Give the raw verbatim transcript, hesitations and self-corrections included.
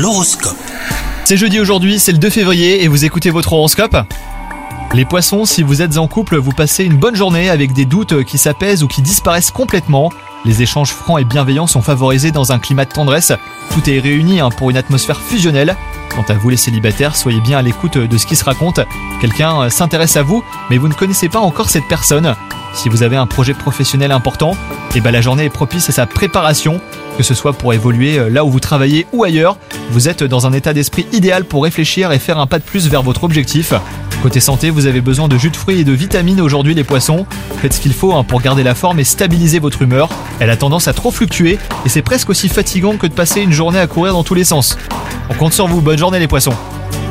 L'horoscope. C'est jeudi aujourd'hui, c'est le deux février et vous écoutez votre horoscope. Les poissons, si vous êtes en couple, vous passez une bonne journée avec des doutes qui s'apaisent ou qui disparaissent complètement. Les échanges francs et bienveillants sont favorisés dans un climat de tendresse. Tout est réuni hein, pour une atmosphère fusionnelle. Quant à vous les célibataires, soyez bien à l'écoute de ce qui se raconte. Quelqu'un s'intéresse à vous, mais vous ne connaissez pas encore cette personne. Si vous avez un projet professionnel important, eh ben la journée est propice à sa préparation. Que ce soit pour évoluer là où vous travaillez ou ailleurs, vous êtes dans un état d'esprit idéal pour réfléchir et faire un pas de plus vers votre objectif. Côté santé, vous avez besoin de jus de fruits et de vitamines aujourd'hui les poissons. Faites ce qu'il faut hein, pour garder la forme et stabiliser votre humeur. Elle a tendance à trop fluctuer et c'est presque aussi fatigant que de passer une journée à courir dans tous les sens. On compte sur vous, bonne journée les poissons.